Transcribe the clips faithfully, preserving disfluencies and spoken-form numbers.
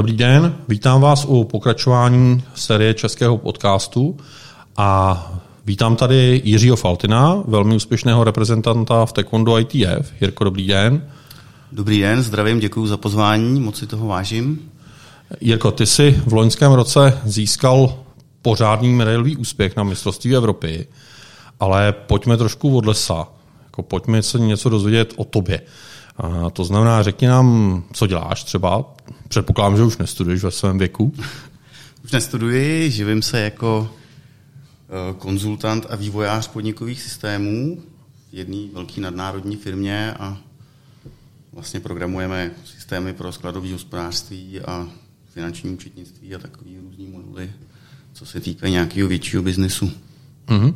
Dobrý den, vítám vás u pokračování série českého podcastu a vítám tady Jiřího Faltina, velmi úspěšného reprezentanta v Taekwondo I T F. Jirko, dobrý den. Dobrý den, zdravím, děkuji za pozvání, moc si toho vážím. Jirko, ty jsi v loňském roce získal pořádný medailový úspěch na mistrovství Evropy, ale pojďme trošku od lesa, jako pojďme se něco dozvědět o tobě. A to znamená, řekni nám, co děláš třeba. Předpokládám, že už nestuduješ ve svém věku. Už nestuduji, živím se jako konzultant a vývojář podnikových systémů v jedné velké nadnárodní firmě a vlastně programujeme systémy pro skladové hospodářství a finanční účetnictví a takový různý moduly, co se týká nějakého většího biznesu. Uh-huh.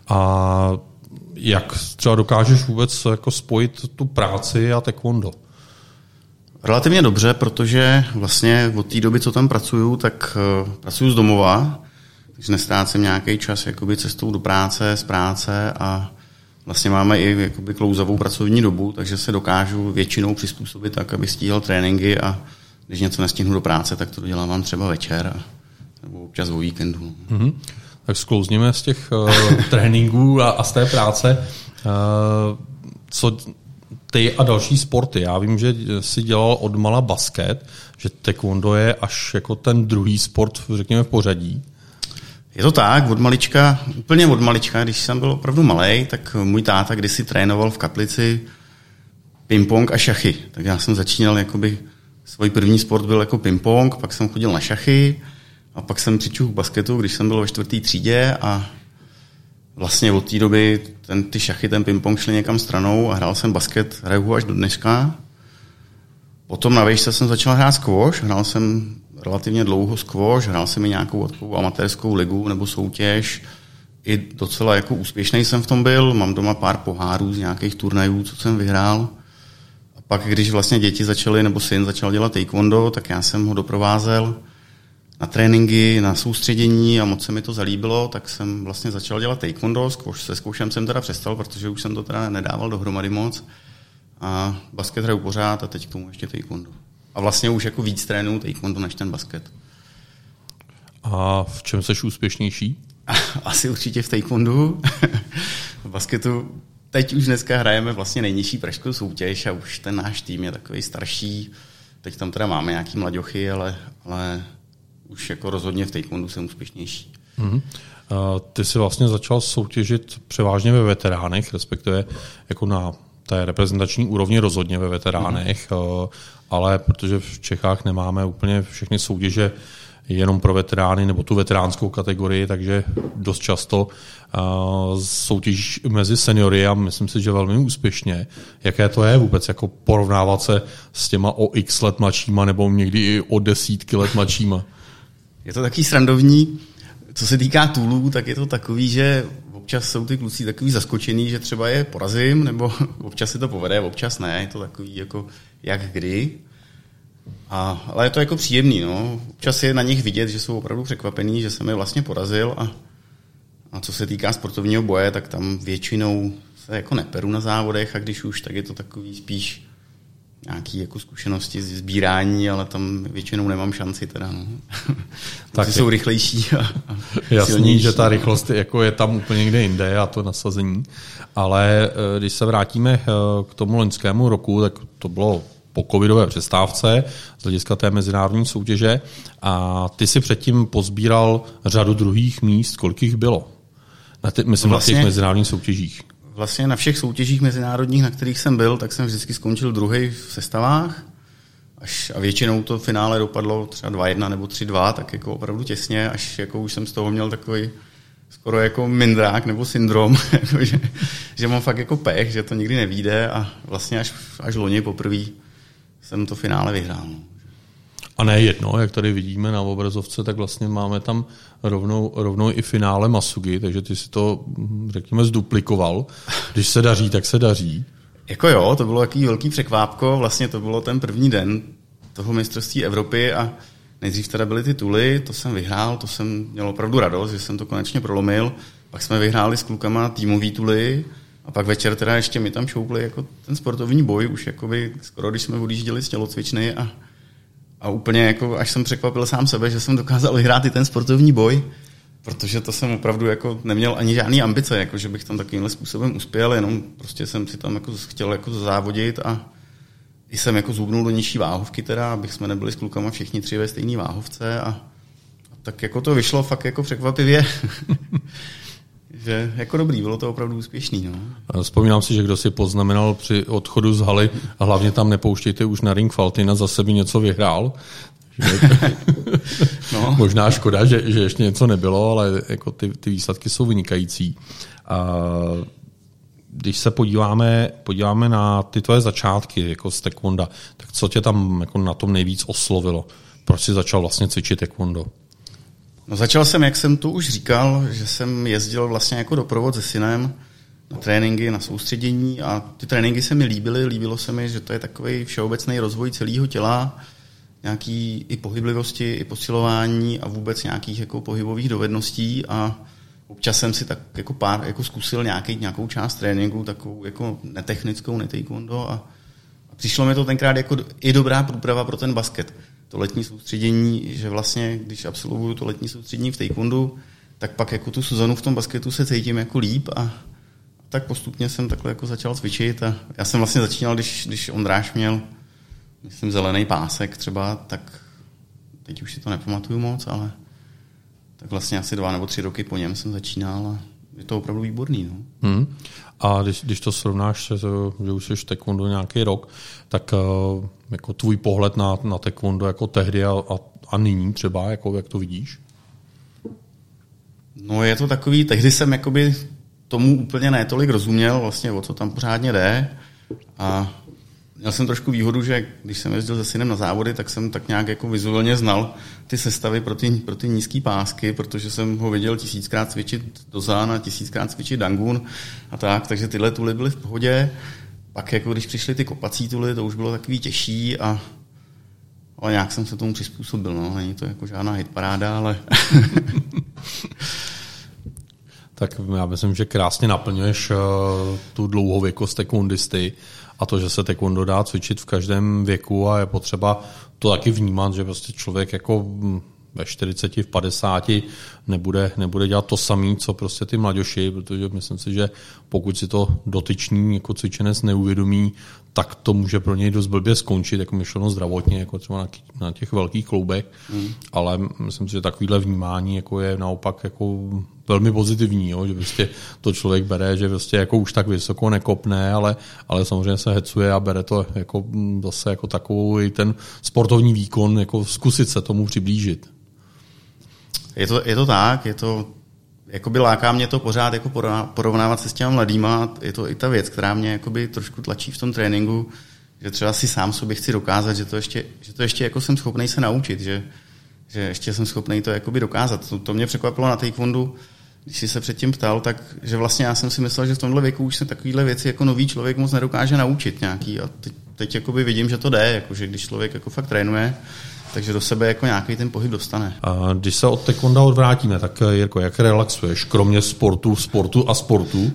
A jak třeba dokážeš vůbec jako spojit tu práci a taekwondo? Relativně dobře, protože vlastně od té doby, co tam pracuju, tak uh, pracuju z domova, takže nestrácím nějaký čas jakoby cestou do práce, z práce a vlastně máme i jakoby klouzavou pracovní dobu, takže se dokážu většinou přizpůsobit tak, aby stíhal tréninky a když něco nestihnu do práce, tak to dodělávám třeba večer a, nebo občas o víkendu. Mm-hmm. Tak sklouzněme z těch uh, tréninků a, a z té práce. Uh, co ty a další sporty? Já vím, že jsi dělal odmala basket, že taekwondo je až jako ten druhý sport, řekněme, v pořadí. Je to tak, od malička, úplně od malička, když jsem byl opravdu malej, tak můj táta kdysi trénoval v kaplici ping-pong a šachy. Tak já jsem začínal, jakoby, svůj první sport byl jako ping-pong, pak jsem chodil na šachy a pak jsem přičuhl k basketu, když jsem byl ve čtvrtý třídě a vlastně od té doby ten, ty šachy, ten ping-pong šli někam stranou a hrál jsem basket, hraju až do dneška. Potom na výšce jsem začal hrát squash, hrál jsem relativně dlouho squash, hrál jsem i nějakou takovou amatérskou ligu nebo soutěž. I docela jako úspěšný jsem v tom byl, mám doma pár pohárů z nějakých turnajů, co jsem vyhrál. A pak, když vlastně děti začaly, nebo syn začal dělat taekwondo, tak já jsem ho doprovázel na tréninky, na soustředění a moc se mi to zalíbilo, tak jsem vlastně začal dělat taekwondo. Squash, se squashem jsem teda přestal, protože už jsem to teda nedával dohromady moc. A basket hraju pořád a teď k tomu ještě taekwondo. A vlastně už jako víc trénuju taekwondo než ten basket. A v čem seš úspěšnější? Asi určitě v taekwondu. V basketu teď už dneska hrajeme vlastně nejnižší pražskou soutěž a už ten náš tým je takový starší. Teď tam teda máme nějaký mlaďochy, ale, ale už jako rozhodně v taekwondu jsem úspěšnější. Mm-hmm. Ty jsi vlastně začal soutěžit převážně ve veteránech, respektive jako na té reprezentační úrovni rozhodně ve veteránech, mm-hmm. ale protože v Čechách nemáme úplně všechny soutěže jenom pro veterány nebo tu veteránskou kategorii, takže dost často uh, soutěžíš mezi seniory a myslím si, že velmi úspěšně. Jaké to je vůbec jako porovnávat se s těma o x let mladšíma nebo někdy i o desítky let mladšíma? Je to taky srandovní. Co se týká toolů, tak je to takový, že občas jsou ty kluci takový zaskočený, že třeba je porazím, nebo občas se to povede, občas ne. Je to takový jako jak kdy. A, ale je to jako příjemný, no. Občas je na nich vidět, že jsou opravdu překvapený, že jsem je vlastně porazil a, a co se týká sportovního boje, tak tam většinou se jako neperu na závodech a když už, tak je to takový spíš nějaký jako zkušenosti z sbírání, ale tam většinou nemám šanci teda, no. Tak jsou rychlejší a, a jasný, silnější. Že ta rychlost jako je tam úplně někde jinde a to nasazení. Ale když se vrátíme k tomu loňskému roku, tak to bylo po covidové přestávce z hlediska té mezinárodní soutěže a ty si předtím pozbíral řadu druhých míst, kolik jich bylo? Na ty, myslím vlastně, na těch mezinárodních soutěžích. Vlastně na všech soutěžích mezinárodních, na kterých jsem byl, tak jsem vždycky skončil druhý v sestavách až, a většinou to finále dopadlo třeba dva jedna nebo tři dva, tak jako opravdu těsně, až jako už jsem z toho měl takový skoro jako mindrák nebo syndrom, že, že mám fakt jako pech, že to nikdy nevyjde a vlastně až, až loni poprvé jsem to finále vyhrál. A ne jedno, jak tady vidíme na obrazovce, tak vlastně máme tam rovnou, rovnou i finále Masugi, takže ty si to, řekněme, zduplikoval. Když se daří, tak se daří. Jako jo, to bylo takový velký překvápko, vlastně to bylo ten první den toho mistrovství Evropy a nejdřív teda byly ty tuly, to jsem vyhrál, to jsem měl opravdu radost, že jsem to konečně prolomil. Pak jsme vyhráli s klukama týmový tuly a pak večer teda ještě mi tam šoupli jako ten sportovní boj, už jakoby skoro když jsme odjížděli z tělocvičny a a úplně jako, až jsem překvapil sám sebe, že jsem dokázal vyhrát i ten sportovní boj, protože to jsem opravdu jako neměl ani žádný ambice, jako že bych tam takovýmhle způsobem uspěl, jenom prostě jsem si tam jako chtěl jako závodit a i jsem jako zhubnul do nižší váhovky teda, abych jsme nebyli s klukama všichni tři ve stejné váhovce a, a tak jako to vyšlo fakt jako překvapivě. Že jako dobrý, bylo to opravdu úspěšný. No. Vzpomínám si, že kdo si poznamenal při odchodu z haly, a hlavně tam nepouštějte už na ring Faltina, zase by něco vyhrál. No. Možná škoda, že, že ještě něco nebylo, ale jako ty, ty výsledky jsou vynikající. A když se podíváme, podíváme na ty tvoje začátky jako z taekwonda, tak co tě tam jako na tom nejvíc oslovilo? Proč jsi začal vlastně cvičit taekwondo? No začal jsem, jak jsem tu už říkal, že jsem jezdil vlastně jako doprovod se synem na tréninky, na soustředění a ty tréninky se mi líbily, líbilo se mi, že to je takový všeobecný rozvoj celého těla, nějaký i pohyblivosti, i posilování a vůbec nějakých jako pohybových dovedností a občas jsem si tak jako pár jako zkusil nějaký, nějakou část tréninku, takovou jako netechnickou, netaekwondo a, a přišlo mi to tenkrát jako i dobrá průprava pro ten basket. To letní soustředění, že vlastně, když absolvuju to letní soustředění v taekwondu, tak pak jako tu sezonu v tom basketu se cítím jako líp a tak postupně jsem takhle jako začal cvičit a já jsem vlastně začínal, když, když Ondráš měl, myslím, zelený pásek třeba, tak teď už si to nepamatuju moc, ale tak vlastně asi dva nebo tři roky po něm jsem začínal a je to opravdu výborný. No. Hmm. A když, když to srovnáš, že už jsi v taekwondo nějaký rok, tak uh, jako tvůj pohled na, na taekwondo jako tehdy a, a, a nyní třeba, jako, jak to vidíš? No je to takový, tehdy jsem jakoby tomu úplně netolik rozuměl, vlastně o co tam pořádně jde a měl jsem trošku výhodu, že když jsem jezdil se synem na závody, tak jsem tak nějak jako vizuálně znal ty sestavy pro ty, pro ty nízké pásky, protože jsem ho viděl tisíckrát cvičit dozán a tisíckrát cvičit dangun a tak, takže tyhle tuly byly v pohodě. Pak jako když přišly ty kopací tuly, to už bylo takový těžší a ale nějak jsem se tomu přizpůsobil, no. Není to jako žádná hitparáda, ale tak já myslím, že krásně naplňuješ uh, tu dlouhověkost taekwondisty a to, že se taekwondo dá cvičit v každém věku a je potřeba to taky vnímat, že prostě člověk jako ve čtyřiceti, v padesáti nebude, nebude dělat to samé, co prostě ty mladěši, protože myslím si, že pokud si to dotyčný jako cvičenec neuvědomí, tak to může pro něj dost blbě skončit, jako myšleno zdravotně, jako třeba na, na těch velkých kloubech, mm. ale myslím si, že takovýhle vnímání jako je naopak jako velmi pozitivní, jo, že prostě to člověk bere, že prostě jako už tak vysoko nekopne, ale, ale samozřejmě se hecuje a bere to jako zase jako takový ten sportovní výkon, jako zkusit se tomu přiblížit. Je to, je to tak, je to, jakoby láká mě to pořád jako porovnávat se s těma mladýma, je to i ta věc, která mě jakoby trošku tlačí v tom tréninku, že třeba si sám sobě chci dokázat, že to ještě, že to ještě jako jsem schopnej se naučit, že, že ještě jsem schopnej to jakoby dokázat. To, to mě překvapilo na taekwondu, když jsi se předtím ptal, tak že vlastně já jsem si myslel, že v tomhle věku už se takovýhle věci jako nový člověk moc nedokáže naučit nějaký a teď, teď jakoby vidím, že to jde, jako, že když člověk jako fakt trénuje, takže do sebe jako nějaký ten pohyb dostane. A když se od taekwonda odvrátíme, tak Jirko, jak relaxuješ, kromě sportu, sportu a sportu?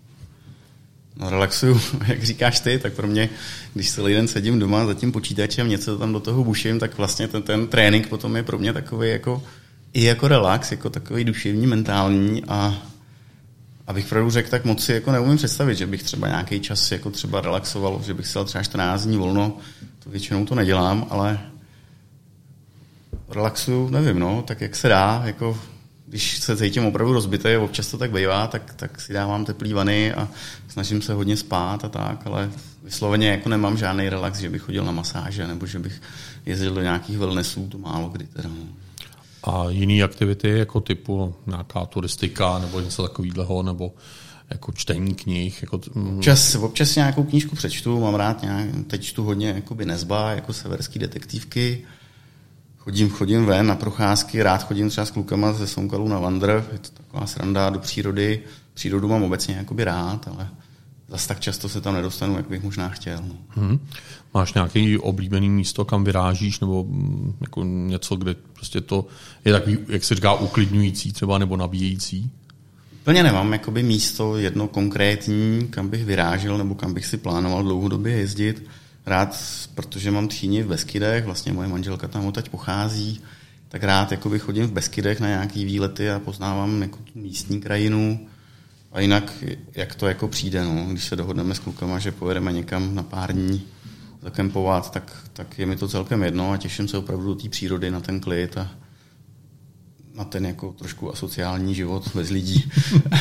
No relaxuju, jak říkáš ty, tak pro mě, když celý den sedím doma za tím počítačem, něco tam do toho buším, tak vlastně ten, ten trénink potom je pro mě takový jako i jako relax, jako takový duševní, mentální a abych pravdu řekl, tak moc si jako neumím představit, že bych třeba nějaký čas jako třeba relaxoval, že bych si dal třeba čtrnáct dní volno, to většinou to nedělám, ale relaxuju, nevím, no, tak jak se dá, jako když se cítím opravdu rozbitý, občas to tak bývá, tak, tak si dávám teplý vany a snažím se hodně spát a tak, ale vysloveně jako nemám žádný relax, že bych chodil na masáže nebo že bych jezdil do nějakých wellnessů, to málo kdy teda. A jiné aktivity jako typu nějaká turistika nebo něco takového, nebo jako čtení knih? Jako t... občas, občas nějakou knížku přečtu, mám rád nějak, teď čtu hodně jakoby Nesba, jako severský detektivky. Chodím, chodím ven na procházky, rád chodím třeba s klukama ze Sonkalu na vandr, je to taková sranda do přírody. Přírodu mám obecně jakoby rád, ale zase tak často se tam nedostanu, jak bych možná chtěl. No. Hmm. Máš nějaký oblíbený místo, kam vyrážíš, nebo jako něco, kde prostě to je takový, jak se říká, uklidňující třeba, nebo nabíjející? Úplně nemám jakoby místo jedno konkrétní, kam bych vyrážel, nebo kam bych si plánoval dlouhodobě jezdit. rád, protože mám tchýni v Beskydech, vlastně moje manželka tam odtaď pochází, tak rád jakoby chodím v Beskydech na nějaký výlety a poznávám jako tu místní krajinu. A jinak, jak to jako přijde, no, když se dohodneme s klukama, že pojedeme někam na pár dní zakempovat, tak, tak je mi to celkem jedno a těším se opravdu do té přírody, na ten klid a na ten jako trošku asociální život bez lidí.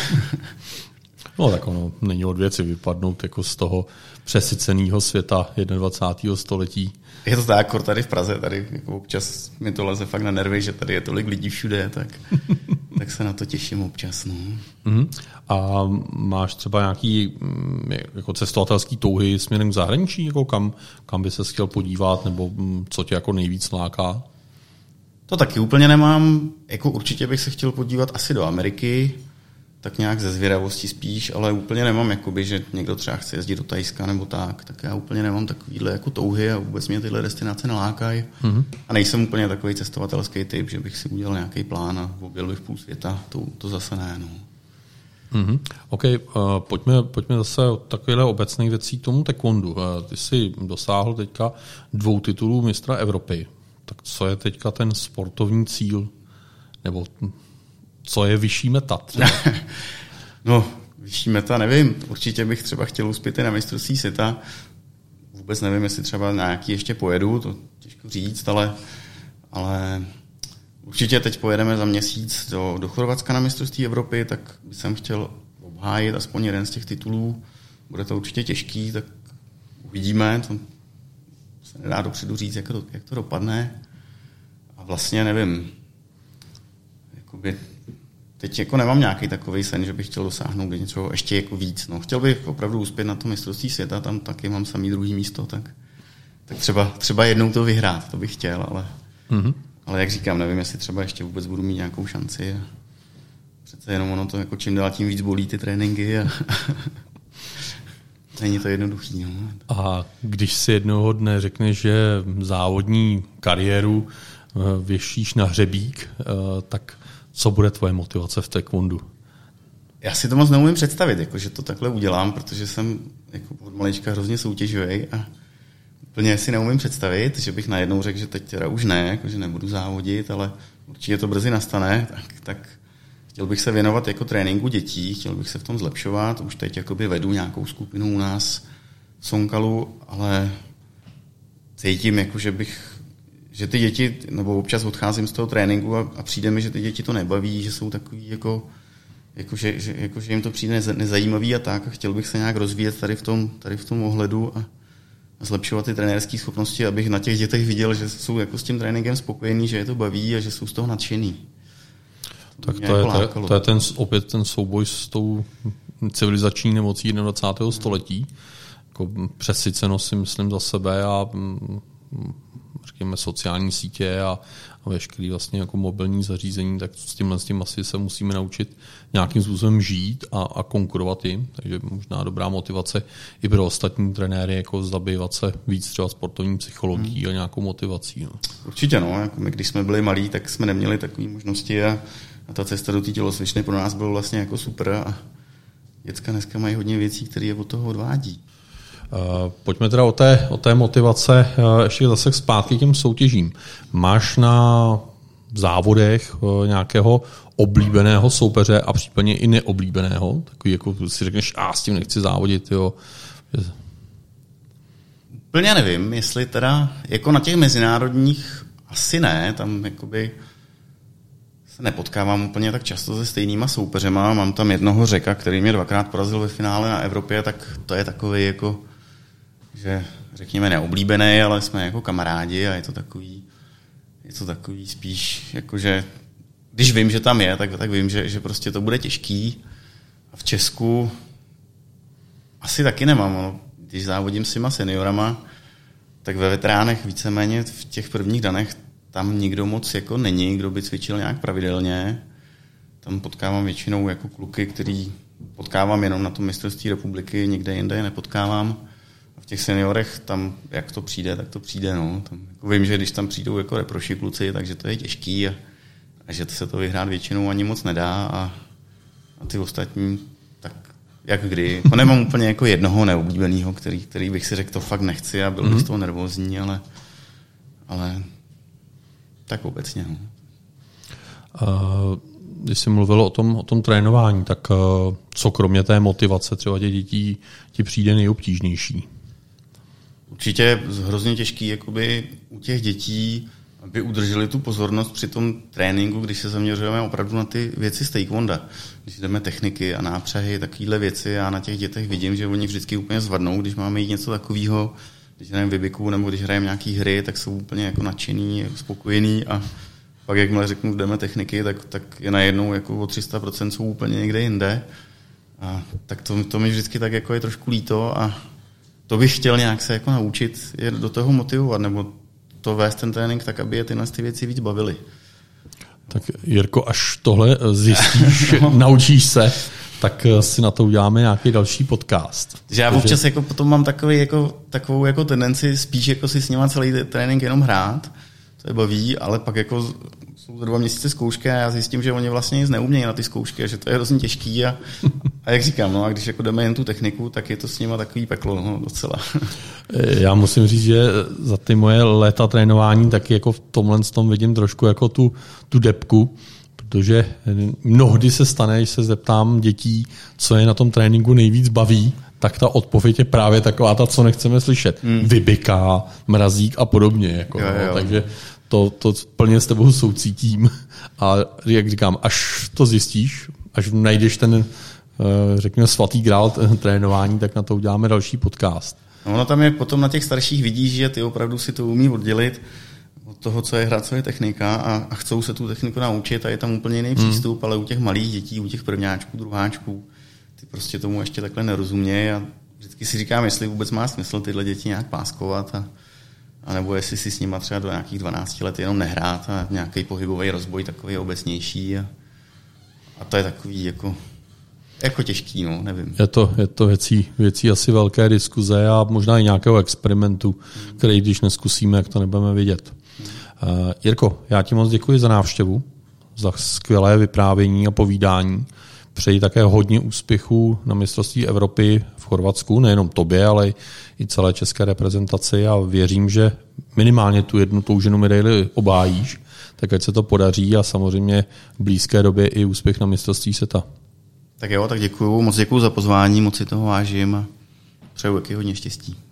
No tak ono není od věci vypadnout jako z toho přesyceného světa dvacátého prvního století. Je to tak, kor tady v Praze, tady jako občas mi to leze fakt na nervy, že tady je tolik lidí všude, tak, tak se na to těším občas. No. Uh-huh. A máš třeba nějaký jako cestovatelský touhy směrem k zahraničí, jako kam, kam by se chtěl podívat, nebo co tě jako nejvíc láká? To taky úplně nemám. Jako určitě bych se chtěl podívat asi do Ameriky, tak nějak ze zvědavosti spíš, ale úplně nemám, jakoby, že někdo třeba chce jezdit do Thajska nebo tak, tak já úplně nemám takovýhle jako touhy a vůbec mě tyhle destinace nelákají. Mm-hmm. A nejsem úplně takový cestovatelský typ, že bych si udělal nějaký plán a objel bych půl světa, to, to zase ne. No. Mm-hmm. OK, uh, pojďme, pojďme zase od takovýchhle obecných věcí k tomu taekwondu. Uh, ty jsi dosáhl teďka dvou titulů mistra Evropy. Tak co je teďka ten sportovní cíl? Nebo co je vyšší meta? No, vyšší meta, nevím. Určitě bych třeba chtěl uspět i na mistrovství světa. Vůbec nevím, jestli třeba na nějaký ještě pojedu, to těžko říct, ale, ale určitě teď pojedeme za měsíc do, do Chorvatska na mistrovství Evropy, tak jsem chtěl obhájit aspoň jeden z těch titulů. Bude to určitě těžký, tak uvidíme. To se nedá dopředu říct, jak to, jak to dopadne. A vlastně nevím, jakoby teď jako nemám nějaký takový sen, že bych chtěl dosáhnout něco ještě jako víc. No, chtěl bych opravdu uspět na to mistrovství světa, tam taky mám samý druhý místo, tak, tak třeba, třeba jednou to vyhrát, to bych chtěl, ale, mm-hmm. ale jak říkám, nevím, jestli třeba ještě vůbec budu mít nějakou šanci. A přece jenom ono to jako čím dál tím víc bolí ty tréninky a není to jednoduchý. No. A když si jednoho dne řekneš, že závodní kariéru věšíš na hřebík, tak co bude tvoje motivace v taekwondu? Já si to moc neumím představit, jako, že to takhle udělám, protože jsem jako od malička hrozně soutěživý a úplně si neumím představit, že bych najednou řekl, že teď teda už ne, jako, že nebudu závodit, ale určitě to brzy nastane, tak, tak chtěl bych se věnovat jako tréninku dětí, chtěl bych se v tom zlepšovat, už teď jakoby vedu nějakou skupinu u nás v Sonkalu, ale cítím, jako, že bych že ty děti, nebo občas odcházím z toho tréninku a, a přijde mi, že ty děti to nebaví, že jsou takový jako, jako, že, že, jako že jim to přijde nezajímavý a tak a chtěl bych se nějak rozvíjet tady v tom, tady v tom ohledu a, a zlepšovat ty trenérské schopnosti, abych na těch dětech viděl, že jsou jako s tím tréninkem spokojení, že je to baví a že jsou z toho nadšený. Tak to, to, je, to, je, to je ten, opět ten souboj s tou civilizační nemocí dvacátého prvního století. Jako přesycenost si myslím za sebe a řekněme sociální sítě a, a veškerý vlastně jako mobilní zařízení, tak s tímhle s tím asi se musíme naučit nějakým způsobem žít a, a konkurovat jim. Takže možná dobrá motivace i pro ostatní trenéry, jako zabývat se víc třeba sportovní psychologií hmm. a nějakou motivací. No. Určitě, no. Jako my, když jsme byli malí, tak jsme neměli takové možnosti a, a ta cesta do té tělocvičny pro nás byla vlastně jako super a děcka dneska mají hodně věcí, které je od toho odvádí. Uh, pojďme teda o té, o té motivace uh, ještě zase zpátky k těm soutěžím. Máš na závodech uh, nějakého oblíbeného soupeře a případně i neoblíbeného? Takový, jako si řekneš, a s tím nechci závodit, jo. Úplně nevím, jestli teda, jako na těch mezinárodních asi ne, tam jakoby se nepotkávám úplně tak často se stejnýma soupeřema. Mám tam jednoho Řeka, který mě dvakrát porazil ve finále na Evropě, tak to je takový jako, že řekněme neoblíbený, ale jsme jako kamarádi a je to takový, je to takový spíš, jakože když vím, že tam je, tak, tak vím, že, že prostě to bude těžký. A v Česku asi taky nemám. No. Když závodím s těma seniorama, tak ve veteránech víceméně v těch prvních danech tam nikdo moc jako není, kdo by cvičil nějak pravidelně. Tam potkávám většinou jako kluky, který potkávám jenom na tom mistrovství republiky, nikde jinde je nepotkávám. A v těch seniorech tam, jak to přijde, tak to přijde. No. Tam, jako vím, že když tam přijdou jako reproši kluci, takže to je těžký a, a že to se to vyhrát většinou ani moc nedá a, a ty ostatní, tak jak kdy. To nemám úplně jako jednoho neoblíbeného, který, který bych si řekl, to fakt nechci a byl bych mm-hmm. z toho nervózní, ale, ale tak obecně. No. Uh, když jsi mluvil o tom, o tom trénování, tak uh, co kromě té motivace třeba těch dětí ti přijde nejobtížnější? Určitě hrozně těžký jakoby u těch dětí, aby udrželi tu pozornost při tom tréninku, když se zaměřujeme opravdu na ty věci z taekwonda. Když jdeme techniky a nápřahy, takovéhle věci, já na těch dětech vidím, že oni vždycky úplně zvadnou, když máme jít něco takového, když hrajeme vybiku nebo když hrajeme nějaký hry, tak jsou úplně jako nadšený, spokojení a pak jakmile řeknu, jdeme techniky, tak, tak je najednou jako o tři sta procent jsou úplně někde jinde. A tak to, to mi vždycky tak jako je trošku líto a to bych chtěl nějak se jako naučit, je do toho motivovat, nebo to vést ten trénink tak, aby je tyhle ty věci víc bavily. Tak Jirko, až tohle zjistíš, no. naučíš se, tak si na to uděláme nějaký další podcast. Že já občas jako potom mám takový, jako, takovou jako tendenci spíš jako si s nima celý trénink jenom hrát, to je baví, ale pak jako jsou za dva měsíce zkoušky a já zjistím, že oni vlastně nic neumějí na ty zkoušky, že to je hrozně těžký a, a jak říkám, no a když jako jdeme jen tu techniku, tak je to s nima takový peklo, no, docela. Já musím říct, že za ty moje léta trénování taky jako v tomhle tom vidím trošku jako tu, tu depku, protože mnohdy se stane, když se zeptám dětí, co je na tom tréninku nejvíc baví, tak ta odpověď je právě taková ta, co nechceme slyšet. Hmm. Vybika, mrazík a podobně. Jako, jo, jo. No, takže to, to plně s tebou soucítím. A jak říkám, až to zjistíš, až najdeš ten, řekněme, svatý grál trénování, tak na to uděláme další podcast. No, no tam je potom na těch starších vidíš, že ty opravdu si to umí oddělit od toho, co je hra, co je technika a, a chcou se tu techniku naučit a je tam úplně jiný hmm. přístup, ale u těch malých dětí, u těch prvňáčků, druháčků, ty prostě tomu ještě takhle nerozumějí a vždycky si říkám, jestli vůbec má smysl tyhle děti nějak páskovat a, a nebo jestli si s nima třeba do nějakých dvanácti let jenom nehrát a nějaký pohybový rozboj takový obecnější a, a to je takový jako, jako těžký, no, nevím. Je to, je to věcí, věcí asi velké diskuze a možná i nějakého experimentu, hmm. který když neskusíme, jak to nebudeme vidět. Hmm. Uh, Jirko, já ti moc děkuji za návštěvu, za skvělé vyprávění a povídání. Přeji také hodně úspěchů na mistrovství Evropy v Chorvatsku, nejenom tobě, ale i celé české reprezentaci a věřím, že minimálně tu jednu touženou medaili obhájíš, tak ať se to podaří a samozřejmě v blízké době i úspěch na mistrovství světa. Tak jo, tak děkuju, moc děkuju za pozvání, moc si toho vážím a přeju taky hodně štěstí.